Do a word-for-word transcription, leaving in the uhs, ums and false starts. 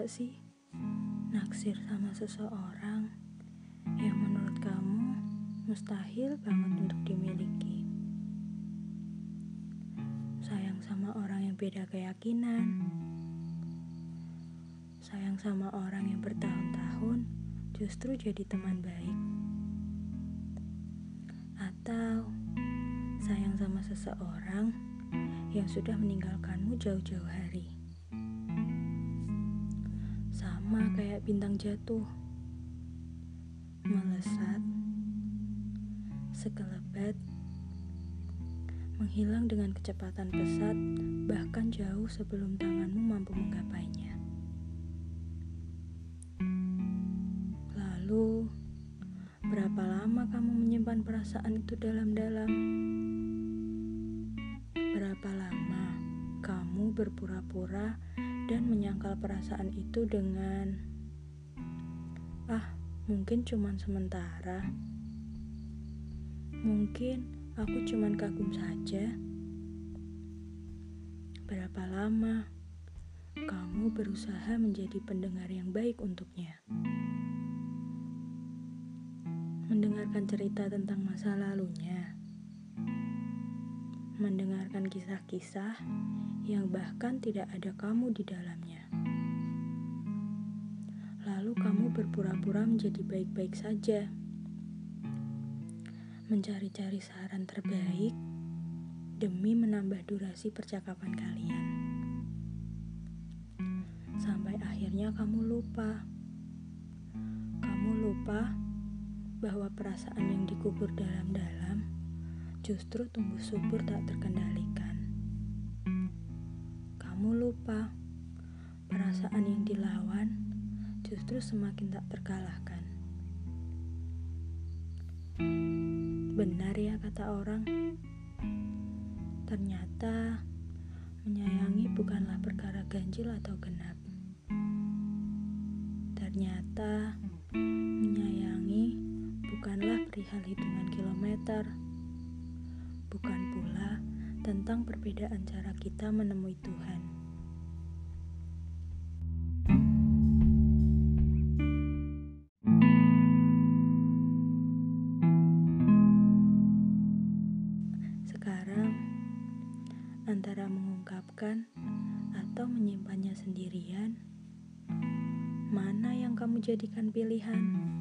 gak sih naksir sama seseorang yang menurut kamu mustahil banget untuk dimiliki? Sayang sama orang yang beda keyakinan, sayang sama orang yang bertahun-tahun justru jadi teman baik, atau sayang sama seseorang yang sudah meninggalkanmu jauh-jauh hari. Sama kayak bintang jatuh, melesat, sekelebat, menghilang dengan kecepatan pesat, bahkan jauh sebelum tanganmu mampu menggapainya. Lalu, berapa lama kamu menyimpan perasaan itu dalam-dalam? Berapa lama kamu berpura-pura dan menyangkal perasaan itu dengan ah, mungkin cuman sementara. Mungkin aku cuman kagum saja. Berapa lama kamu berusaha menjadi pendengar yang baik untuknya? Mendengarkan cerita tentang masa lalunya. Mendengarkan kisah-kisah yang bahkan tidak ada kamu di dalamnya. Lalu kamu berpura-pura menjadi baik-baik saja. Mencari-cari saran terbaik demi menambah durasi percakapan kalian. Sampai akhirnya kamu lupa. Kamu lupa bahwa perasaan yang dikubur dalam-dalam justru tumbuh subur tak terkendalikan. Kamu lupa perasaan yang dilawan justru semakin tak terkalahkan. Benar ya kata orang, ternyata menyayangi bukanlah perkara ganjil atau genap. Ternyata menyayangi bukanlah perihal hitungan kilometer. Bukan pula tentang perbedaan cara kita menemui Tuhan. Sekarang, antara mengungkapkan atau menyimpannya sendirian, mana yang kamu jadikan pilihan?